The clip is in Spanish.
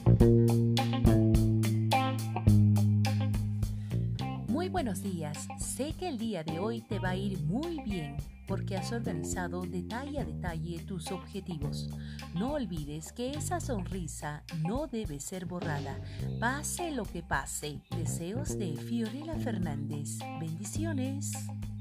Muy buenos días. Sé que el día de hoy te va a ir muy bien porque has organizado detalle a detalle tus objetivos. No olvides que esa sonrisa no debe ser borrada, pase lo que pase. Deseos de Fiorella Fernández. Bendiciones.